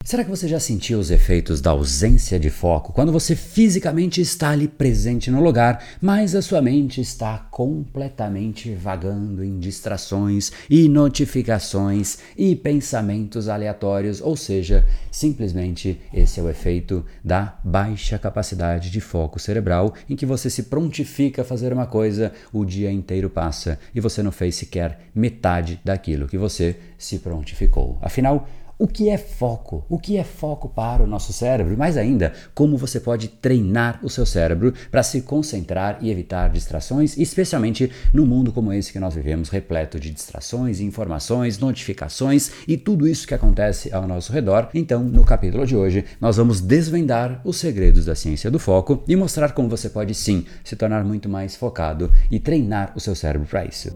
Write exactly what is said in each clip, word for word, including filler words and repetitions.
Será que você já sentiu os efeitos da ausência de foco quando você fisicamente está ali presente no lugar, mas a sua mente está completamente vagando em distrações e notificações e pensamentos aleatórios? Ou seja, simplesmente esse é o efeito da baixa capacidade de foco cerebral, em que você se prontifica a fazer uma coisa, o dia inteiro passa e você não fez sequer metade daquilo que você se prontificou. Afinal, o que é foco? O que é foco para o nosso cérebro? E mais ainda, como você pode treinar o seu cérebro para se concentrar e evitar distrações, especialmente no mundo como esse que nós vivemos, repleto de distrações, informações, notificações e tudo isso que acontece ao nosso redor. Então, no capítulo de hoje, nós vamos desvendar os segredos da ciência do foco e mostrar como você pode sim se tornar muito mais focado e treinar o seu cérebro para isso.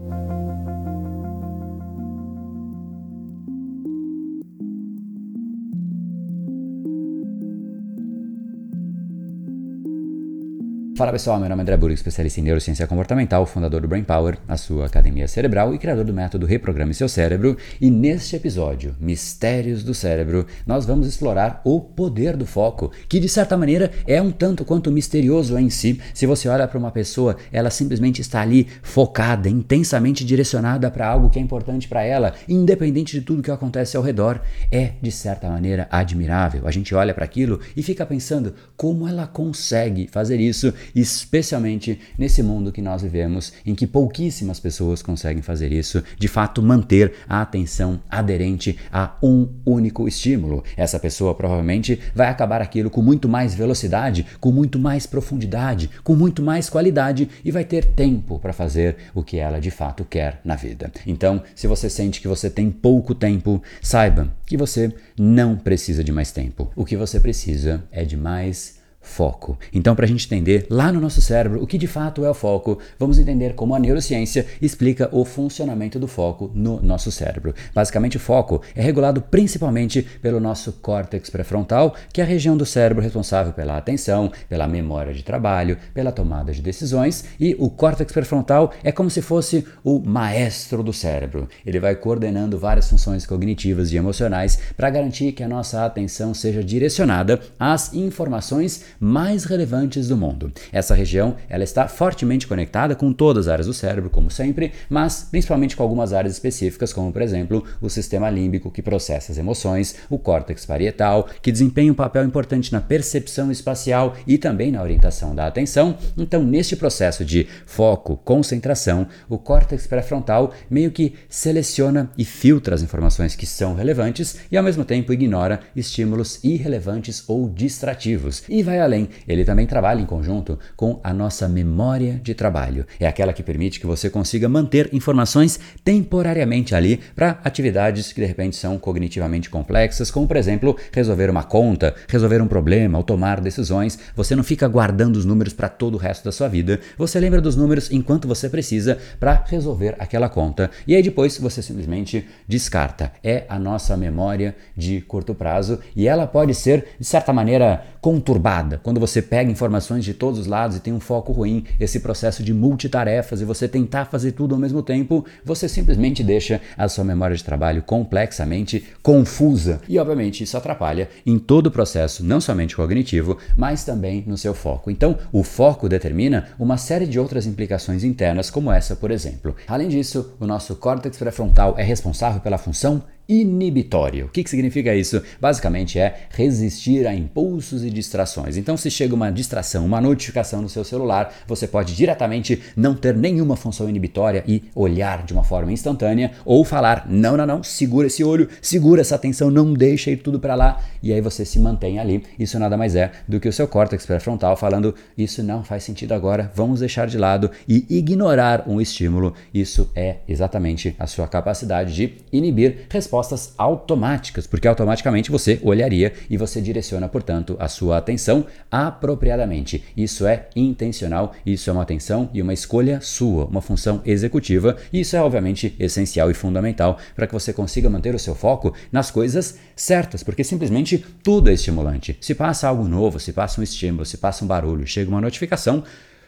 Fala pessoal, meu nome é André Burg, especialista em neurociência comportamental, fundador do Brain Power, a sua academia cerebral e criador do método Reprograme Seu Cérebro. E neste episódio, Mistérios do Cérebro, nós vamos explorar o poder do foco, que de certa maneira é um tanto quanto misterioso em si. Se você olha para uma pessoa, ela simplesmente está ali focada, intensamente direcionada para algo que é importante para ela, independente de tudo que acontece ao redor. É, de certa maneira, admirável. A gente olha para aquilo e fica pensando como ela consegue fazer isso, especialmente nesse mundo que nós vivemos, em que pouquíssimas pessoas conseguem fazer isso, de fato manter a atenção aderente a um único estímulo. Essa pessoa provavelmente vai acabar aquilo com muito mais velocidade, com muito mais profundidade, com muito mais qualidade e vai ter tempo para fazer o que ela de fato quer na vida. Então, se você sente que você tem pouco tempo, saiba que você não precisa de mais tempo. O que você precisa é de mais foco. Então, para a gente entender lá no nosso cérebro o que de fato é o foco, vamos entender como a neurociência explica o funcionamento do foco no nosso cérebro. Basicamente, o foco é regulado principalmente pelo nosso córtex pré-frontal, que é a região do cérebro responsável pela atenção, pela memória de trabalho, pela tomada de decisões, e o córtex pré-frontal é como se fosse o maestro do cérebro. Ele vai coordenando várias funções cognitivas e emocionais para garantir que a nossa atenção seja direcionada às informações mais relevantes do mundo. Essa região ela está fortemente conectada com todas as áreas do cérebro, como sempre, mas principalmente com algumas áreas específicas, como por exemplo o sistema límbico, que processa as emoções, o córtex parietal, que desempenha um papel importante na percepção espacial e também na orientação da atenção. Então, neste processo de foco, concentração, o córtex pré-frontal meio que seleciona e filtra as informações que são relevantes e ao mesmo tempo ignora estímulos irrelevantes ou distrativos. E vai além, ele também trabalha em conjunto com a nossa memória de trabalho. É aquela que permite que você consiga manter informações temporariamente ali para atividades que de repente são cognitivamente complexas, como por exemplo, resolver uma conta, resolver um problema ou tomar decisões. Você não fica guardando os números para todo o resto da sua vida, você lembra dos números enquanto você precisa para resolver aquela conta e aí depois você simplesmente descarta. É a nossa memória de curto prazo e ela pode ser, de certa maneira, conturbada. Quando você pega informações de todos os lados e tem um foco ruim, esse processo de multitarefas e você tentar fazer tudo ao mesmo tempo, você simplesmente deixa a sua memória de trabalho complexamente confusa. E obviamente isso atrapalha em todo o processo, não somente cognitivo, mas também no seu foco. Então, o foco determina uma série de outras implicações internas, como essa, por exemplo. Além disso, o nosso córtex pré-frontal é responsável pela função inibitório. O que, que significa isso? Basicamente é resistir a impulsos e distrações. Então, se chega uma distração, uma notificação no seu celular, você pode diretamente não ter nenhuma função inibitória e olhar de uma forma instantânea ou falar, não, não, não, segura esse olho, segura essa atenção, não deixa ir tudo para lá e aí você se mantém ali. Isso nada mais é do que o seu córtex pré-frontal falando, isso não faz sentido agora, vamos deixar de lado e ignorar um estímulo. Isso é exatamente a sua capacidade de inibir respostas respostas automáticas, porque automaticamente você olharia e você direciona, portanto, a sua atenção apropriadamente. Isso é intencional, isso é uma atenção e uma escolha sua, uma função executiva, e isso é obviamente essencial e fundamental para que você consiga manter o seu foco nas coisas certas, porque simplesmente tudo é estimulante. Se passa algo novo, se passa um estímulo, se passa um barulho, chega uma notificação,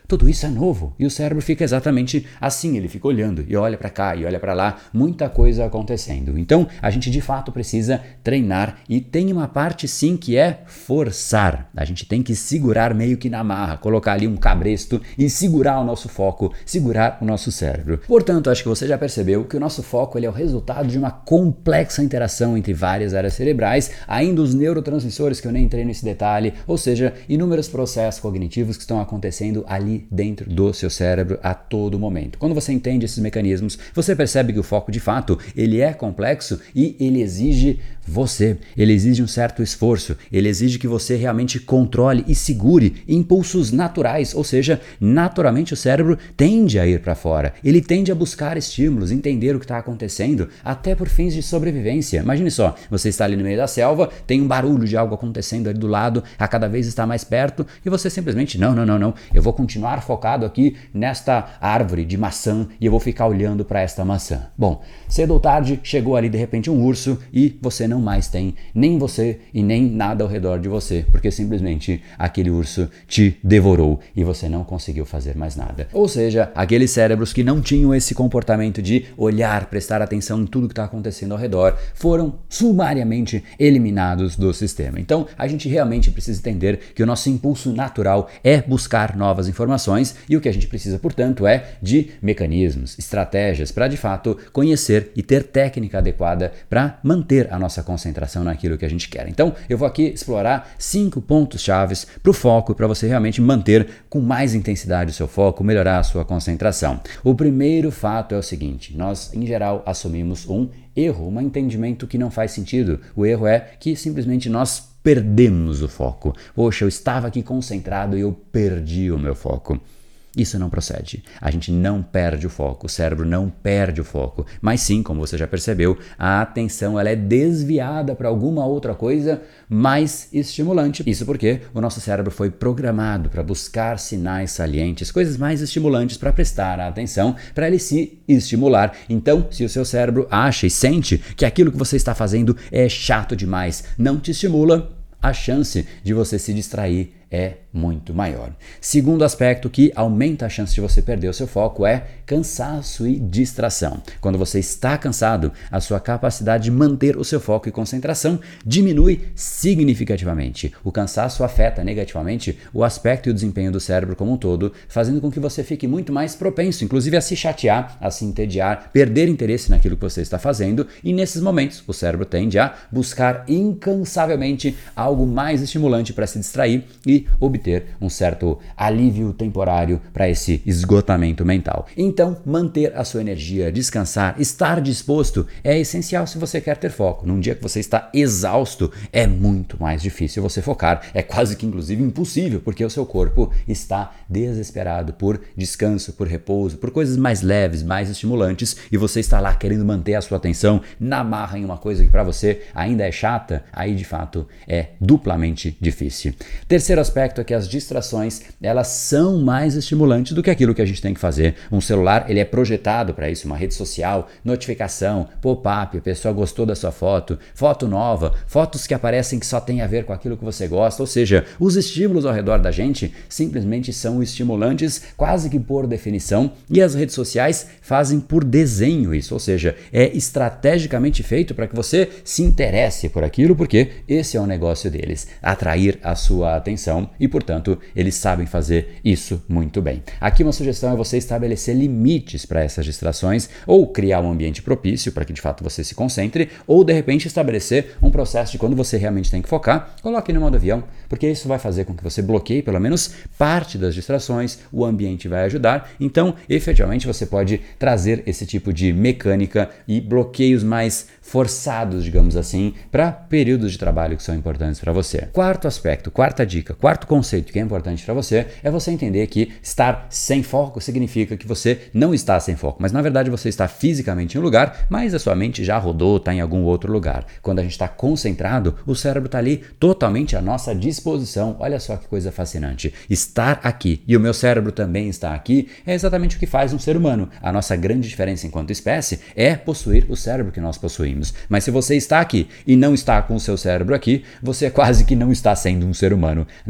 Tudo isso é novo e o cérebro fica exatamente assim, ele fica olhando e olha para cá e olha para lá, muita coisa acontecendo. Então, a gente de fato precisa treinar e tem uma parte sim que é forçar. A gente tem que segurar meio que na marra, colocar ali um cabresto e segurar o nosso foco, segurar o nosso cérebro. Portanto, acho que você já percebeu que o nosso foco ele é o resultado de uma complexa interação entre várias áreas cerebrais, ainda os neurotransmissores que eu nem entrei nesse detalhe, ou seja, inúmeros processos cognitivos que estão acontecendo ali dentro do seu cérebro a todo momento. Quando você entende esses mecanismos, você percebe que o foco de fato ele é complexo e ele exige você, ele exige um certo esforço, ele exige que você realmente controle e segure impulsos naturais, ou seja, naturalmente o cérebro tende a ir para fora, ele tende a buscar estímulos, entender o que está acontecendo, até por fins de sobrevivência. Imagine só, você está ali no meio da selva, tem um barulho de algo acontecendo ali do lado, a cada vez está mais perto e você simplesmente, não, não, não, não, eu vou continuar focado aqui nesta árvore de maçã e eu vou ficar olhando para esta maçã. Bom, cedo ou tarde chegou ali de repente um urso e você não mais tem nem você e nem nada ao redor de você, porque simplesmente aquele urso te devorou e você não conseguiu fazer mais nada. Ou seja, aqueles cérebros que não tinham esse comportamento de olhar, prestar atenção em tudo que está acontecendo ao redor, foram sumariamente eliminados do sistema. Então, a gente realmente precisa entender que o nosso impulso natural é buscar novas informações e o que a gente precisa, portanto, é de mecanismos, estratégias para, de fato, conhecer e ter técnica adequada para manter a nossa concentração naquilo que a gente quer. Então, eu vou aqui explorar cinco pontos chaves para o foco, para você realmente manter com mais intensidade o seu foco, melhorar a sua concentração. O primeiro fato é o seguinte, nós, em geral, assumimos um erro, um entendimento que não faz sentido. O erro é que simplesmente nós perdemos o foco. Poxa, eu estava aqui concentrado e eu perdi o meu foco. Isso não procede. A gente não perde o foco, o cérebro não perde o foco, mas sim, como você já percebeu, a atenção ela é desviada para alguma outra coisa mais estimulante. Isso porque o nosso cérebro foi programado para buscar sinais salientes, coisas mais estimulantes para prestar atenção, para ele se estimular. Então, se o seu cérebro acha e sente que aquilo que você está fazendo é chato demais, não te estimula, a chance de você se distrair é muito maior. Segundo aspecto que aumenta a chance de você perder o seu foco é cansaço e distração. Quando você está cansado, a sua capacidade de manter o seu foco e concentração diminui significativamente. O cansaço afeta negativamente o aspecto e o desempenho do cérebro como um todo, fazendo com que você fique muito mais propenso, inclusive a se chatear, a se entediar, perder interesse naquilo que você está fazendo, e nesses momentos o cérebro tende a buscar incansavelmente algo mais estimulante para se distrair e obter um certo alívio temporário para esse esgotamento mental. Então, manter a sua energia, descansar, estar disposto é essencial se você quer ter foco. Num dia que você está exausto, é muito mais difícil você focar. É quase que inclusive impossível, porque o seu corpo está desesperado por descanso, por repouso, por coisas mais leves, mais estimulantes, e você está lá querendo manter a sua atenção na marra em uma coisa que para você ainda é chata, aí de fato é duplamente difícil. Terceiro aspecto é que as distrações, elas são mais estimulantes do que aquilo que a gente tem que fazer. Um celular, ele é projetado para isso, uma rede social, notificação, pop-up, a pessoa gostou da sua foto, foto nova, fotos que aparecem que só tem a ver com aquilo que você gosta, ou seja, os estímulos ao redor da gente simplesmente são estimulantes quase que por definição, e as redes sociais fazem por desenho isso, ou seja, é estrategicamente feito para que você se interesse por aquilo, porque esse é o negócio deles, atrair a sua atenção e, portanto, eles sabem fazer isso muito bem. Aqui uma sugestão é você estabelecer limites para essas distrações ou criar um ambiente propício para que de fato você se concentre, ou de repente estabelecer um processo de quando você realmente tem que focar, coloque no modo avião, porque isso vai fazer com que você bloqueie pelo menos parte das distrações, o ambiente vai ajudar, então efetivamente você pode trazer esse tipo de mecânica e bloqueios mais forçados, digamos assim, para períodos de trabalho que são importantes para você. Quarto aspecto, quarta dica, quarto conceito que é importante para você é você entender que estar sem foco significa que você não está sem foco, mas na verdade você está fisicamente em um lugar, mas a sua mente já rodou, está em algum outro lugar. Quando a gente está concentrado, o cérebro está ali totalmente à nossa disposição. Olha só que coisa fascinante. Estar aqui e o meu cérebro também está aqui é exatamente o que faz um ser humano. A nossa grande diferença enquanto espécie é possuir o cérebro que nós possuímos. Mas se você está aqui e não está com o seu cérebro aqui, você quase que não está sendo um ser humano naquele momento.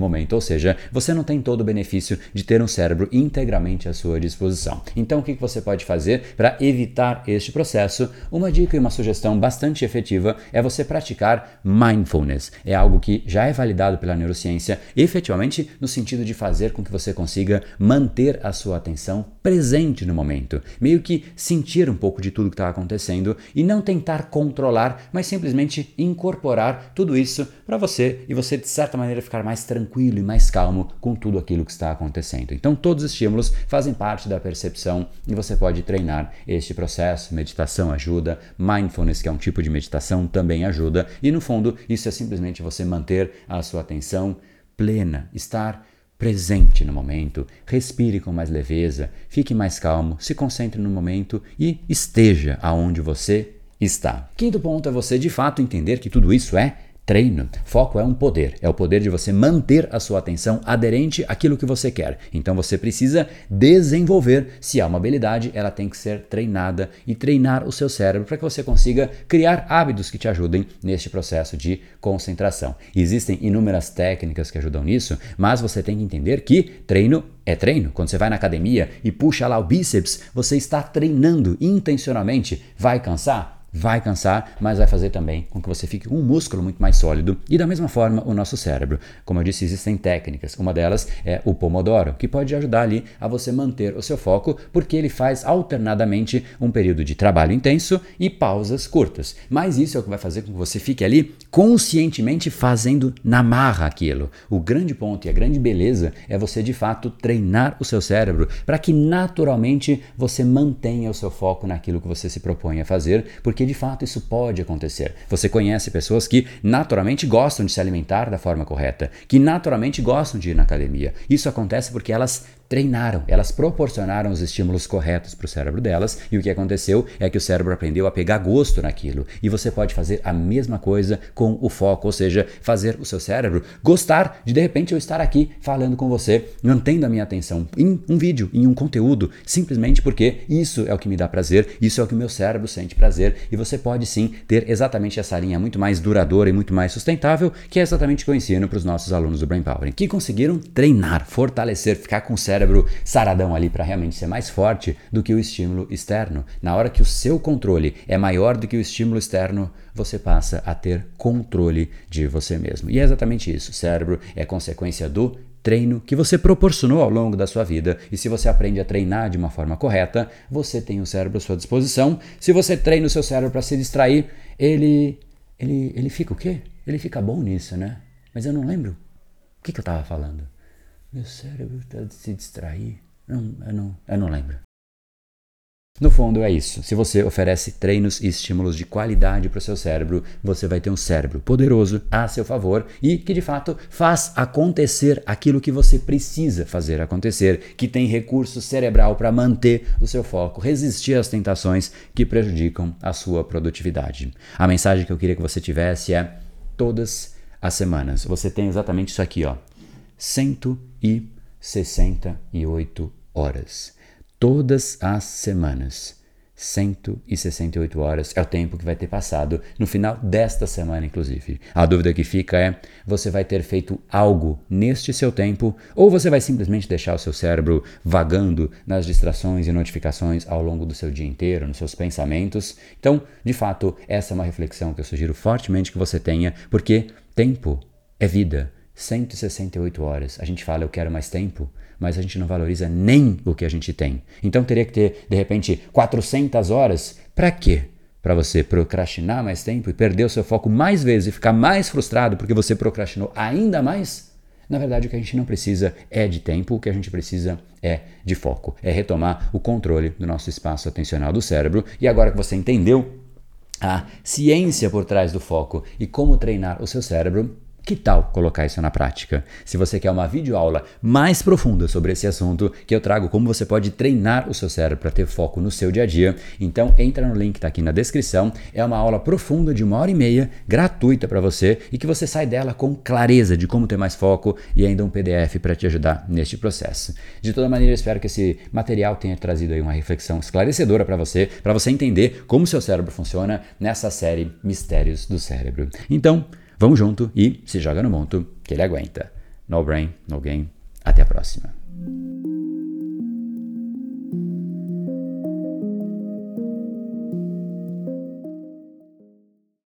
momento, ou seja, você não tem todo o benefício de ter um cérebro integralmente à sua disposição. Então, o que você pode fazer para evitar este processo? Uma dica e uma sugestão bastante efetiva é você praticar mindfulness. É algo que já é validado pela neurociência, efetivamente no sentido de fazer com que você consiga manter a sua atenção presente no momento, meio que sentir um pouco de tudo que está acontecendo e não tentar controlar, mas simplesmente incorporar tudo isso para você e você, de certa maneira, ficar mais tranquilo e mais calmo com tudo aquilo que está acontecendo. Então, todos os estímulos fazem parte da percepção e você pode treinar este processo. Meditação ajuda, mindfulness, que é um tipo de meditação, também ajuda, e no fundo, isso é simplesmente você manter a sua atenção plena, estar presente no momento, respire com mais leveza, fique mais calmo, se concentre no momento e esteja aonde você está. Quinto ponto é você de fato entender que tudo isso é treino. Foco é um poder, é o poder de você manter a sua atenção aderente àquilo que você quer. Então você precisa desenvolver, se há uma habilidade, ela tem que ser treinada e treinar o seu cérebro para que você consiga criar hábitos que te ajudem neste processo de concentração. Existem inúmeras técnicas que ajudam nisso, mas você tem que entender que treino é treino. Quando você vai na academia e puxa lá o bíceps, você está treinando intencionalmente. Vai cansar? Vai cansar, mas vai fazer também com que você fique com um músculo muito mais sólido. E da mesma forma o nosso cérebro. Como eu disse, existem técnicas. Uma delas é o Pomodoro, que pode ajudar ali a você manter o seu foco, porque ele faz alternadamente um período de trabalho intenso e pausas curtas. Mas isso é o que vai fazer com que você fique ali conscientemente fazendo na marra aquilo. O grande ponto e a grande beleza é você de fato treinar o seu cérebro para que naturalmente você mantenha o seu foco naquilo que você se propõe a fazer, porque de fato isso pode acontecer. Você conhece pessoas que naturalmente gostam de se alimentar da forma correta, que naturalmente gostam de ir na academia. Isso acontece porque elas treinaram, elas proporcionaram os estímulos corretos para o cérebro delas, e o que aconteceu é que o cérebro aprendeu a pegar gosto naquilo. E você pode fazer a mesma coisa com o foco, ou seja, fazer o seu cérebro gostar de de repente eu estar aqui falando com você, mantendo a minha atenção em um vídeo, em um conteúdo, simplesmente porque isso é o que me dá prazer, isso é o que o meu cérebro sente prazer, e você pode sim ter exatamente essa linha muito mais duradoura e muito mais sustentável, que é exatamente o que eu ensino para os nossos alunos do Brain Power, que conseguiram treinar, fortalecer, ficar com o cérebro cérebro saradão ali para realmente ser mais forte do que o estímulo externo. Na hora que o seu controle é maior do que o estímulo externo, você passa a ter controle de você mesmo. E é exatamente isso. O cérebro é consequência do treino que você proporcionou ao longo da sua vida. E se você aprende a treinar de uma forma correta, você tem o cérebro à sua disposição. Se você treina o seu cérebro para se distrair, ele, ele, ele fica o quê? Ele fica bom nisso, né? Mas eu não lembro. O que, que eu estava falando? Meu cérebro está a se distrair. Não, eu não, eu não lembro. No fundo é isso. Se você oferece treinos e estímulos de qualidade para o seu cérebro, você vai ter um cérebro poderoso a seu favor e que de fato faz acontecer aquilo que você precisa fazer acontecer, que tem recurso cerebral para manter o seu foco, resistir às tentações que prejudicam a sua produtividade. A mensagem que eu queria que você tivesse é: todas as semanas você tem exatamente isso aqui, ó. cento e sessenta e oito horas. Todas as semanas. cento e sessenta e oito horas é o tempo que vai ter passado no final desta semana, inclusive. A dúvida que fica é: você vai ter feito algo neste seu tempo ou você vai simplesmente deixar o seu cérebro vagando nas distrações e notificações ao longo do seu dia inteiro, nos seus pensamentos? Então, de fato, essa é uma reflexão que eu sugiro fortemente que você tenha, porque tempo é vida. cento e sessenta e oito horas. A gente fala, eu quero mais tempo, mas a gente não valoriza nem o que a gente tem. Então teria que ter, de repente, quatrocentas horas. Para quê? Para você procrastinar mais tempo e perder o seu foco mais vezes e ficar mais frustrado porque você procrastinou ainda mais? Na verdade, o que a gente não precisa é de tempo, o que a gente precisa é de foco. É retomar o controle do nosso espaço atencional do cérebro. E agora que você entendeu a ciência por trás do foco e como treinar o seu cérebro, que tal colocar isso na prática? Se você quer uma videoaula mais profunda sobre esse assunto, que eu trago como você pode treinar o seu cérebro para ter foco no seu dia a dia, então entra no link que está aqui na descrição. É uma aula profunda de uma hora e meia, gratuita para você, e que você sai dela com clareza de como ter mais foco e ainda um P D F para te ajudar neste processo. De toda maneira, eu espero que esse material tenha trazido aí uma reflexão esclarecedora para você, para você entender como o seu cérebro funciona nessa série Mistérios do Cérebro. Então, vamos junto e se joga no monto que ele aguenta. no brain, no game. Até a próxima.